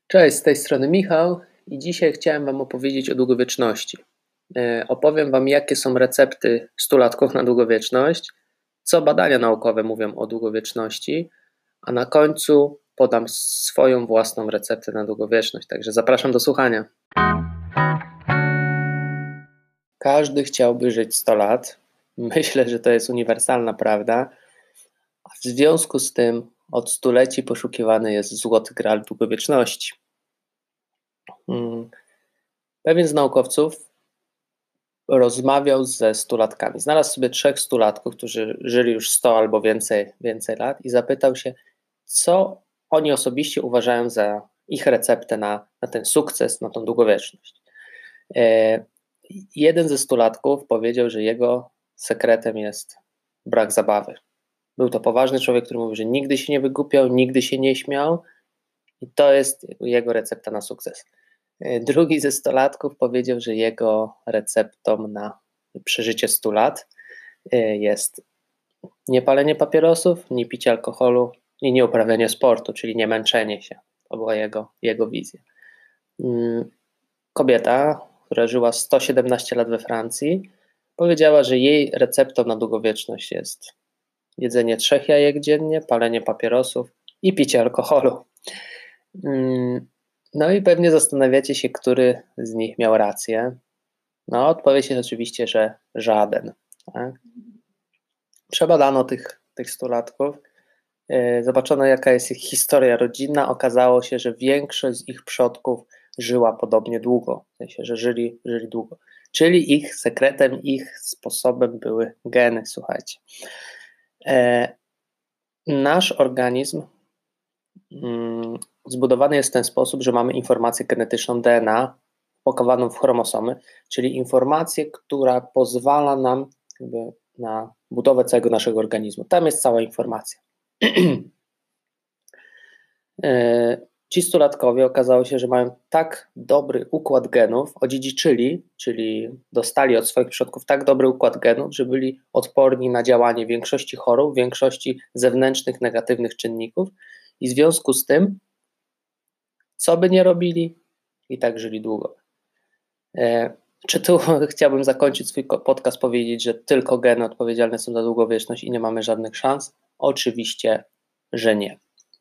Cześć, z tej strony Michał i dzisiaj chciałem Wam opowiedzieć o długowieczności. Opowiem Wam, jakie są recepty stulatków na długowieczność, co badania naukowe mówią o długowieczności, a na końcu podam swoją własną receptę na długowieczność, także zapraszam do słuchania. Każdy chciałby żyć 100 lat. Myślę, że to jest uniwersalna prawda, a w związku z tym od stuleci poszukiwany jest złoty graal długowieczności. Pewien z naukowców rozmawiał ze stulatkami. Znalazł sobie 3 stulatków, którzy żyli już 100 albo więcej lat i zapytał się, co oni osobiście uważają za ich receptę na ten sukces, na tą długowieczność. Jeden ze stulatków powiedział, że jego sekretem jest brak zabawy. Był to poważny człowiek, który mówił, że nigdy się nie wygłupiał, nigdy się nie śmiał i to jest jego recepta na sukces. Drugi ze stolatków powiedział, że jego receptą na przeżycie 100 lat jest nie palenie papierosów, nie picie alkoholu i nie uprawianie sportu, czyli nie męczenie się. To była jego wizja. Kobieta, która żyła 117 lat we Francji, powiedziała, że jej receptą na długowieczność jest jedzenie 3 jajek dziennie, palenie papierosów i picie alkoholu. No i pewnie zastanawiacie się, który z nich miał rację. No, odpowiedź jest oczywiście, że żaden. Tak? Przebadano tych stulatków, zobaczono, jaka jest ich historia rodzinna. Okazało się, że większość z ich przodków żyła podobnie długo, w sensie, że żyli długo. Czyli ich sekretem, ich sposobem były geny, słuchajcie. Nasz organizm zbudowany jest w ten sposób, że mamy informację genetyczną DNA pakowaną w chromosomy, czyli informację, która pozwala nam na budowę całego naszego organizmu. Tam jest cała informacja. Ci stulatkowie okazało się, że mają tak dobry układ genów, odziedziczyli, czyli dostali od swoich przodków tak dobry układ genów, że byli odporni na działanie większości chorób, większości zewnętrznych, negatywnych czynników i w związku z tym, co by nie robili, i tak żyli długo. Czy tu chciałbym zakończyć swój podcast, powiedzieć, że tylko geny odpowiedzialne są za długowieczność i nie mamy żadnych szans? Oczywiście, że nie.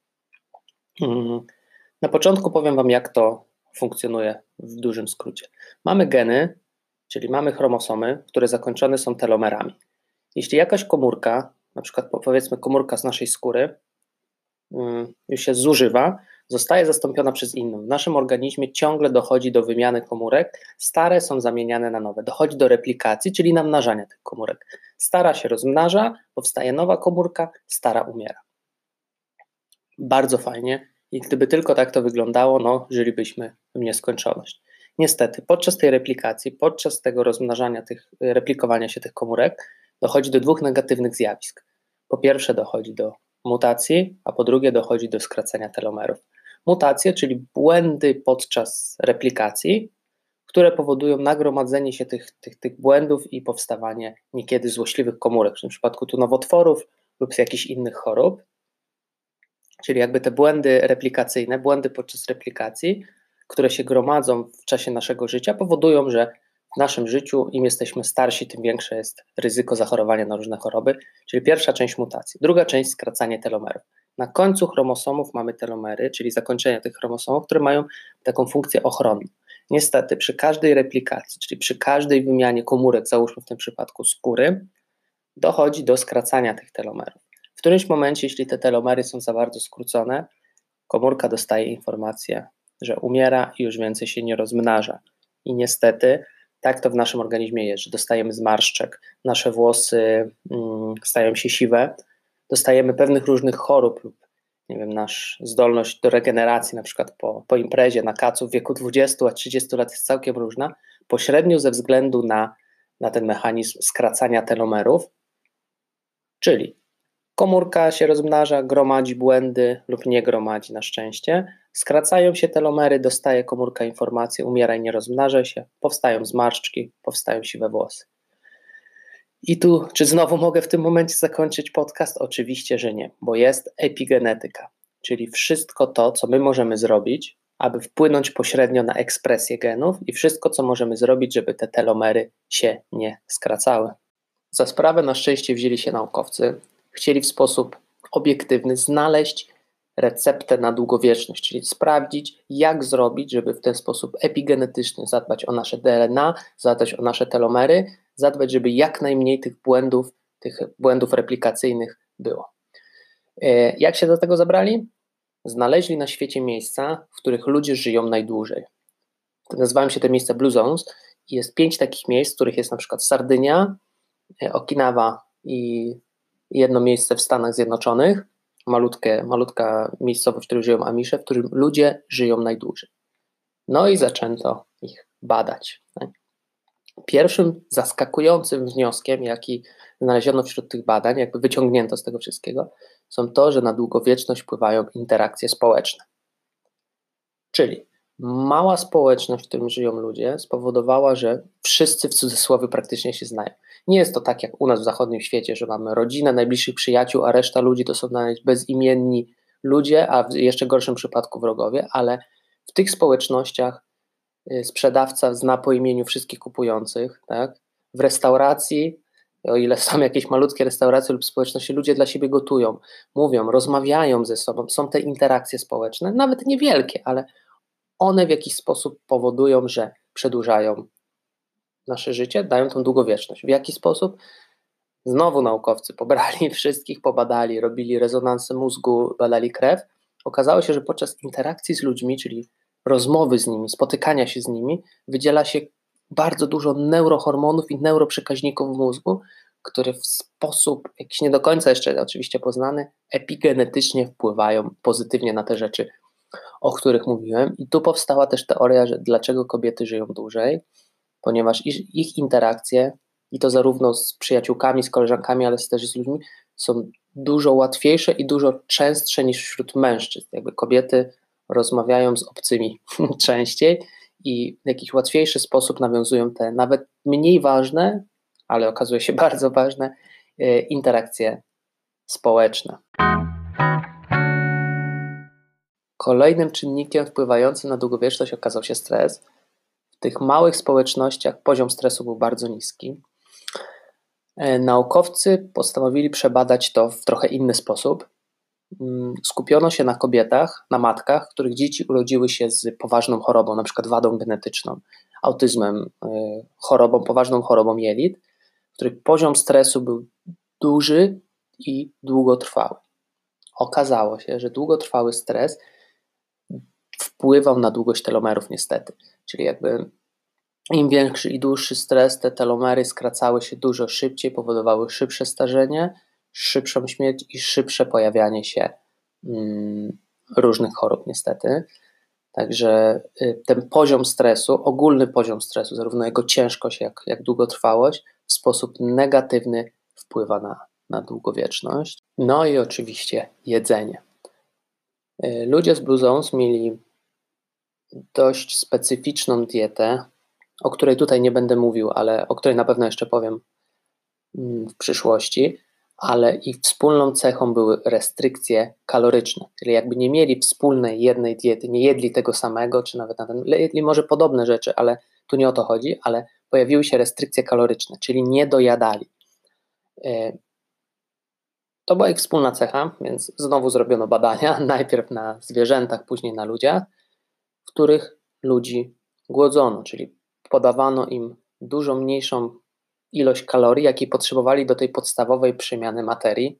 Na początku powiem Wam, jak to funkcjonuje w dużym skrócie. Mamy geny, czyli mamy chromosomy, które zakończone są telomerami. Jeśli jakaś komórka, na przykład powiedzmy komórka z naszej skóry, już się zużywa, zostaje zastąpiona przez inną. W naszym organizmie ciągle dochodzi do wymiany komórek, stare są zamieniane na nowe. Dochodzi do replikacji, czyli namnażania tych komórek. Stara się rozmnaża, powstaje nowa komórka, stara umiera. Bardzo fajnie i gdyby tylko tak to wyglądało, no żylibyśmy w nieskończoność. Niestety, podczas tej replikacji, podczas tego rozmnażania, replikowania się tych komórek, dochodzi do 2 negatywnych zjawisk. Po pierwsze dochodzi do mutacji, a po drugie dochodzi do skracania telomerów. Mutacje, czyli błędy podczas replikacji, które powodują nagromadzenie się tych błędów i powstawanie niekiedy złośliwych komórek, w tym przypadku tu nowotworów lub z jakichś innych chorób. Czyli jakby te błędy replikacyjne, błędy podczas replikacji, które się gromadzą w czasie naszego życia, powodują, że w naszym życiu im jesteśmy starsi, tym większe jest ryzyko zachorowania na różne choroby, czyli pierwsza część mutacji. Druga część skracanie telomerów. Na końcu chromosomów mamy telomery, czyli zakończenia tych chromosomów, które mają taką funkcję ochronną. Niestety przy każdej replikacji, czyli przy każdej wymianie komórek, załóżmy w tym przypadku skóry, dochodzi do skracania tych telomerów. W którymś momencie, jeśli te telomery są za bardzo skrócone, komórka dostaje informację, że umiera i już więcej się nie rozmnaża. I niestety tak to w naszym organizmie jest, że dostajemy zmarszczek, nasze włosy stają się siwe, dostajemy pewnych różnych chorób lub nie wiem, nasza zdolność do regeneracji, na przykład po imprezie na kacu w wieku 20 a 30 lat jest całkiem różna, pośrednio ze względu na ten mechanizm skracania telomerów, czyli komórka się rozmnaża, gromadzi błędy lub nie gromadzi na szczęście, skracają się telomery, dostaje komórka informację, umiera i nie rozmnaża się, powstają zmarszczki, powstają siwe włosy. I tu, czy znowu mogę w tym momencie zakończyć podcast? Oczywiście, że nie, bo jest epigenetyka, czyli wszystko to, co my możemy zrobić, aby wpłynąć pośrednio na ekspresję genów i wszystko, co możemy zrobić, żeby te telomery się nie skracały. Za sprawę na szczęście wzięli się naukowcy. Chcieli w sposób obiektywny znaleźć receptę na długowieczność, czyli sprawdzić, jak zrobić, żeby w ten sposób epigenetyczny zadbać o nasze DNA, zadbać o nasze telomery, zadbać, żeby jak najmniej tych błędów replikacyjnych było. Jak się do tego zabrali? Znaleźli na świecie miejsca, w których ludzie żyją najdłużej. Nazywają się te miejsca Blue Zones i jest 5 takich miejsc, w których jest na przykład Sardynia, Okinawa i jedno miejsce w Stanach Zjednoczonych, malutka miejscowość, w której żyją Amisze, w którym ludzie żyją najdłużej. No i zaczęto ich badać. Pierwszym zaskakującym wnioskiem, jaki znaleziono wśród tych badań, jakby wyciągnięto z tego wszystkiego, są to, że na długowieczność wpływają interakcje społeczne. Czyli mała społeczność, w którym żyją ludzie, spowodowała, że wszyscy w cudzysłowie praktycznie się znają. Nie jest to tak jak u nas w zachodnim świecie, że mamy rodzinę, najbliższych przyjaciół, a reszta ludzi to są nawet bezimienni ludzie, a w jeszcze gorszym przypadku wrogowie, ale w tych społecznościach sprzedawca zna po imieniu wszystkich kupujących, tak? W restauracji, o ile są jakieś malutkie restauracje lub społeczności, ludzie dla siebie gotują, mówią, rozmawiają ze sobą, są te interakcje społeczne, nawet niewielkie, ale one w jakiś sposób powodują, że przedłużają nasze życie, dają tą długowieczność. W jaki sposób? Znowu naukowcy pobrali wszystkich, pobadali, robili rezonansy mózgu, badali krew. Okazało się, że podczas interakcji z ludźmi, czyli rozmowy z nimi, spotykania się z nimi, wydziela się bardzo dużo neurohormonów i neuroprzekaźników w mózgu, które w sposób jakiś nie do końca jeszcze oczywiście poznany, epigenetycznie wpływają pozytywnie na te rzeczy, o których mówiłem. I tu powstała też teoria, że dlaczego kobiety żyją dłużej, ponieważ ich interakcje, i to zarówno z przyjaciółkami, z koleżankami, ale też z ludźmi, są dużo łatwiejsze i dużo częstsze niż wśród mężczyzn. Jakby kobiety rozmawiają z obcymi częściej i w jakiś łatwiejszy sposób nawiązują te nawet mniej ważne, ale okazuje się bardzo ważne, interakcje społeczne. Kolejnym czynnikiem wpływającym na długowieczność okazał się stres. W tych małych społecznościach poziom stresu był bardzo niski. Naukowcy postanowili przebadać to w trochę inny sposób. Skupiono się na kobietach, na matkach, których dzieci urodziły się z poważną chorobą, na przykład wadą genetyczną, autyzmem, poważną chorobą jelit, w których poziom stresu był duży i długotrwały. Okazało się, że długotrwały stres wpływał na długość telomerów niestety, czyli jakby im większy i dłuższy stres, te telomery skracały się dużo szybciej, powodowały szybsze starzenie, szybszą śmierć i szybsze pojawianie się różnych chorób niestety. Także ten poziom stresu, ogólny poziom stresu, zarówno jego ciężkość, jak długotrwałość, w sposób negatywny wpływa na długowieczność. No i oczywiście jedzenie. Ludzie z Blue Zones mieli dość specyficzną dietę, o której tutaj nie będę mówił, ale o której na pewno jeszcze powiem w przyszłości, ale ich wspólną cechą były restrykcje kaloryczne, czyli jakby nie mieli wspólnej jednej diety, nie jedli tego samego, czy nawet jedli może podobne rzeczy, ale tu nie o to chodzi, ale pojawiły się restrykcje kaloryczne, czyli nie dojadali. To była ich wspólna cecha, więc znowu zrobiono badania, najpierw na zwierzętach, później na ludziach, w których ludzi głodzono, czyli podawano im dużo mniejszą ilość kalorii, jakiej potrzebowali do tej podstawowej przemiany materii.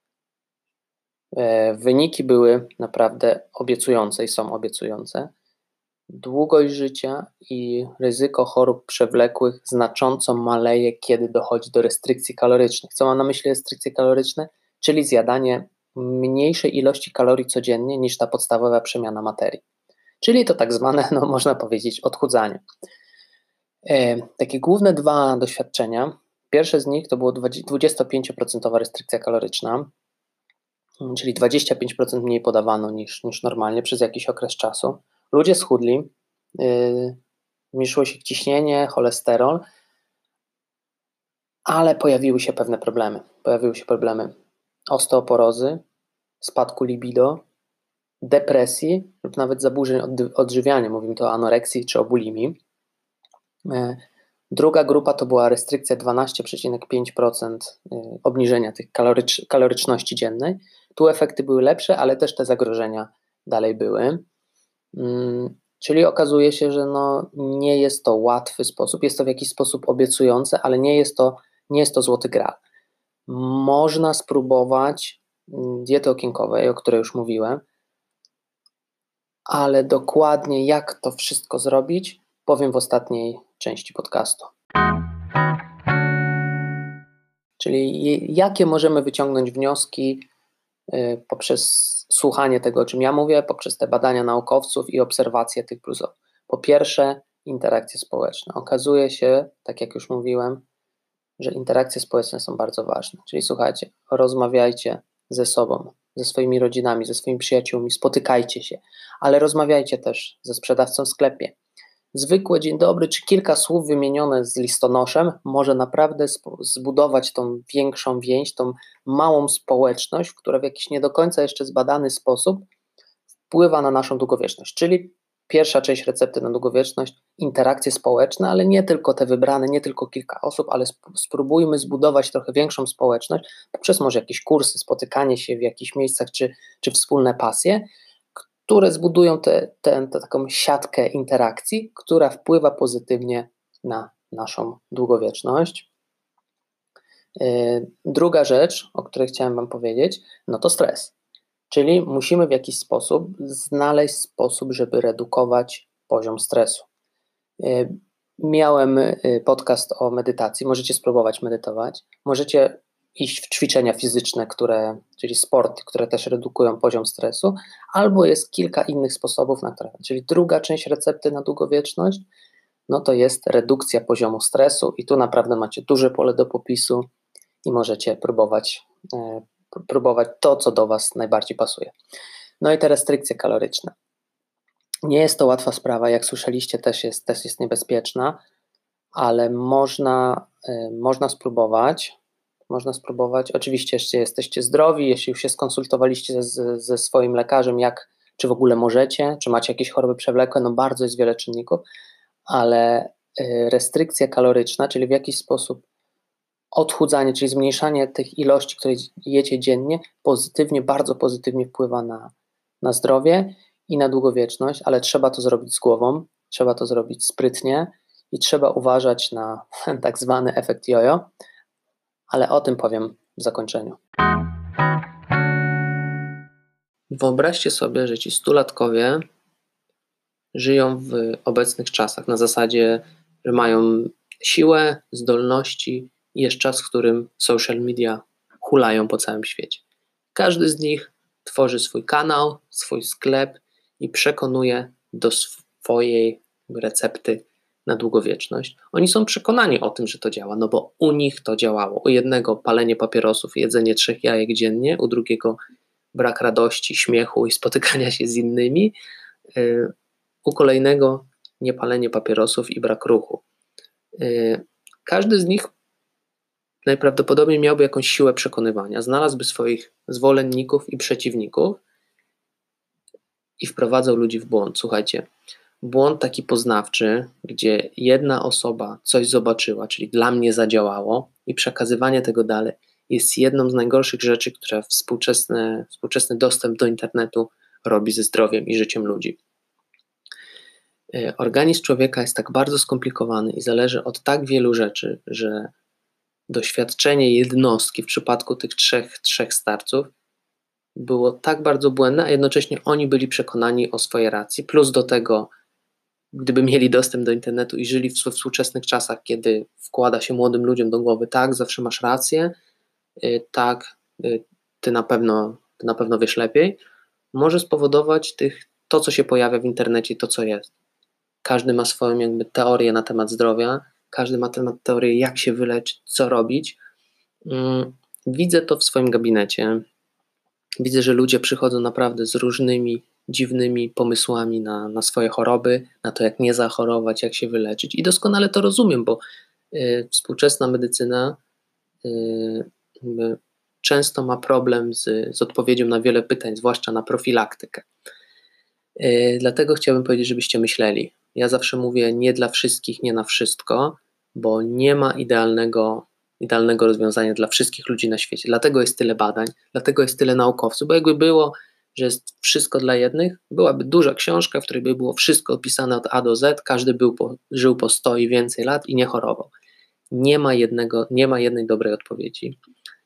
Wyniki były naprawdę obiecujące i są obiecujące. Długość życia i ryzyko chorób przewlekłych znacząco maleje, kiedy dochodzi do restrykcji kalorycznych. Co mam na myśli restrykcje kaloryczne? Czyli zjadanie mniejszej ilości kalorii codziennie niż ta podstawowa przemiana materii. Czyli to tak zwane, no można powiedzieć, odchudzanie. Takie główne dwa doświadczenia. Pierwsze z nich to było 25% restrykcja kaloryczna, czyli 25% mniej podawano niż normalnie przez jakiś okres czasu. Ludzie schudli, zmniejszyło się ciśnienie, cholesterol, ale pojawiły się pewne problemy. Pojawiły się problemy osteoporozy, spadku libido, depresji lub nawet zaburzeń odżywiania, mówimy tu o anoreksji czy o bulimii. Druga grupa to była restrykcja 12,5% obniżenia tych kaloryczności dziennej. Tu efekty były lepsze, ale też te zagrożenia dalej były. Czyli okazuje się, że nie jest to łatwy sposób, jest to w jakiś sposób obiecujące, ale nie jest to złoty graal. Można spróbować diety okienkowej, o której już mówiłem, ale dokładnie jak to wszystko zrobić, powiem w ostatniej części podcastu. Czyli jakie możemy wyciągnąć wnioski poprzez słuchanie tego, o czym ja mówię, poprzez te badania naukowców i obserwacje tych plusów. Po pierwsze, interakcje społeczne. Okazuje się, tak jak już mówiłem, że interakcje społeczne są bardzo ważne. Czyli słuchajcie, rozmawiajcie ze sobą, ze swoimi rodzinami, ze swoimi przyjaciółmi, spotykajcie się, ale rozmawiajcie też ze sprzedawcą w sklepie. Zwykłe dzień dobry, czy kilka słów wymienione z listonoszem może naprawdę zbudować tą większą więź, tą małą społeczność, która w jakiś nie do końca jeszcze zbadany sposób wpływa na naszą długowieczność. Czyli pierwsza część recepty na długowieczność, interakcje społeczne, ale nie tylko te wybrane, nie tylko kilka osób, ale spróbujmy zbudować trochę większą społeczność poprzez może jakieś kursy, spotykanie się w jakichś miejscach, czy wspólne pasje, które zbudują tę taką siatkę interakcji, która wpływa pozytywnie na naszą długowieczność. Druga rzecz, o której chciałem Wam powiedzieć, to stres. Czyli musimy w jakiś sposób znaleźć sposób, żeby redukować poziom stresu. Miałem podcast o medytacji, możecie spróbować medytować, możecie iść w ćwiczenia fizyczne, czyli sporty, które też redukują poziom stresu, albo jest kilka innych sposobów na to. Czyli druga część recepty na długowieczność, to jest redukcja poziomu stresu i tu naprawdę macie duże pole do popisu i możecie próbować to, co do Was najbardziej pasuje. I te restrykcje kaloryczne. Nie jest to łatwa sprawa, jak słyszeliście, też jest niebezpieczna, ale można spróbować. Oczywiście, jeśli jesteście zdrowi, jeśli już się skonsultowaliście ze swoim lekarzem, czy w ogóle możecie, czy macie jakieś choroby przewlekłe, bardzo jest wiele czynników, ale restrykcja kaloryczna, czyli w jakiś sposób odchudzanie, czyli zmniejszanie tych ilości, które jecie dziennie, bardzo pozytywnie wpływa na zdrowie i na długowieczność, ale trzeba to zrobić z głową, trzeba to zrobić sprytnie i trzeba uważać na tak zwany efekt jojo, ale o tym powiem w zakończeniu. Wyobraźcie sobie, że ci 100-latkowie żyją w obecnych czasach na zasadzie, że mają siłę, zdolności i jest czas, w którym social media hulają po całym świecie. Każdy z nich tworzy swój kanał, swój sklep i przekonuje do swojej recepty na długowieczność. Oni są przekonani o tym, że to działa, bo u nich to działało. U jednego palenie papierosów i jedzenie 3 jajek dziennie, u drugiego brak radości, śmiechu i spotykania się z innymi, u kolejnego niepalenie papierosów i brak ruchu. Każdy z nich najprawdopodobniej miałby jakąś siłę przekonywania, znalazłby swoich zwolenników i przeciwników i wprowadzał ludzi w błąd. Słuchajcie, błąd taki poznawczy, gdzie jedna osoba coś zobaczyła, czyli dla mnie zadziałało i przekazywanie tego dalej jest jedną z najgorszych rzeczy, które współczesny dostęp do internetu robi ze zdrowiem i życiem ludzi. Organizm człowieka jest tak bardzo skomplikowany i zależy od tak wielu rzeczy, że doświadczenie jednostki w przypadku tych trzech starców było tak bardzo błędne, a jednocześnie oni byli przekonani o swojej racji, plus do tego, gdyby mieli dostęp do internetu i żyli w współczesnych czasach, kiedy wkłada się młodym ludziom do głowy, tak, zawsze masz rację, tak, ty na pewno wiesz lepiej, może spowodować to, co się pojawia w internecie, to, co jest. Każdy ma swoją teorię na temat zdrowia, każdy ma teorię, jak się wyleczyć, co robić. Widzę to w swoim gabinecie. Widzę, że ludzie przychodzą naprawdę z różnymi dziwnymi pomysłami na swoje choroby, na to, jak nie zachorować, jak się wyleczyć. I doskonale to rozumiem, bo współczesna medycyna często ma problem z odpowiedzią na wiele pytań, zwłaszcza na profilaktykę. Dlatego chciałbym powiedzieć, żebyście myśleli. Ja zawsze mówię nie dla wszystkich, nie na wszystko, bo nie ma idealnego rozwiązania dla wszystkich ludzi na świecie. Dlatego jest tyle badań, dlatego jest tyle naukowców, bo jakby było, że jest wszystko dla jednych, byłaby duża książka, w której by było wszystko opisane od A do Z, każdy żył po 100 i więcej lat i nie chorował. Nie ma jednej dobrej odpowiedzi.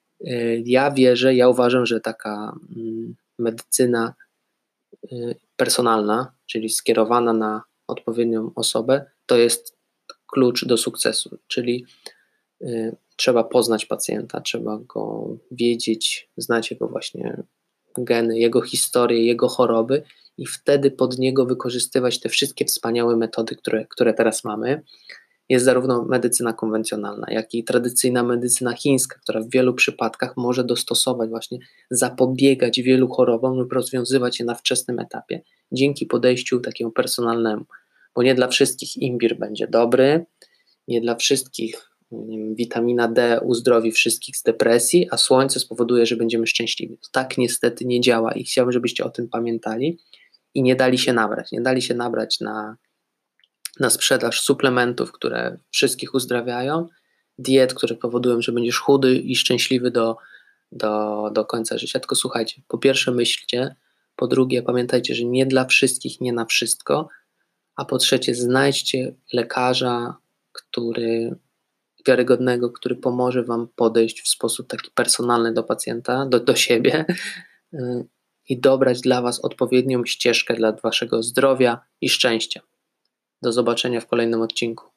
Ja uważam, że taka medycyna personalna, czyli skierowana na odpowiednią osobę, to jest klucz do sukcesu, czyli trzeba poznać pacjenta, trzeba go wiedzieć, znać jego właśnie geny, jego historię, jego choroby i wtedy pod niego wykorzystywać te wszystkie wspaniałe metody, które teraz mamy. Jest zarówno medycyna konwencjonalna, jak i tradycyjna medycyna chińska, która w wielu przypadkach może dostosować właśnie, zapobiegać wielu chorobom lub rozwiązywać je na wczesnym etapie, dzięki podejściu takiemu personalnemu, bo nie dla wszystkich imbir będzie dobry, nie dla wszystkich witamina D uzdrowi wszystkich z depresji, a słońce spowoduje, że będziemy szczęśliwi. To tak niestety nie działa i chciałbym, żebyście o tym pamiętali i nie dali się nabrać. Nie dali się nabrać na sprzedaż suplementów, które wszystkich uzdrawiają, diet, które powodują, że będziesz chudy i szczęśliwy do końca życia. Tylko słuchajcie, po pierwsze myślcie, po drugie pamiętajcie, że nie dla wszystkich, nie na wszystko, a po trzecie znajdźcie lekarza, wiarygodnego, który pomoże wam podejść w sposób taki personalny do pacjenta, do siebie i dobrać dla was odpowiednią ścieżkę dla waszego zdrowia i szczęścia. Do zobaczenia w kolejnym odcinku.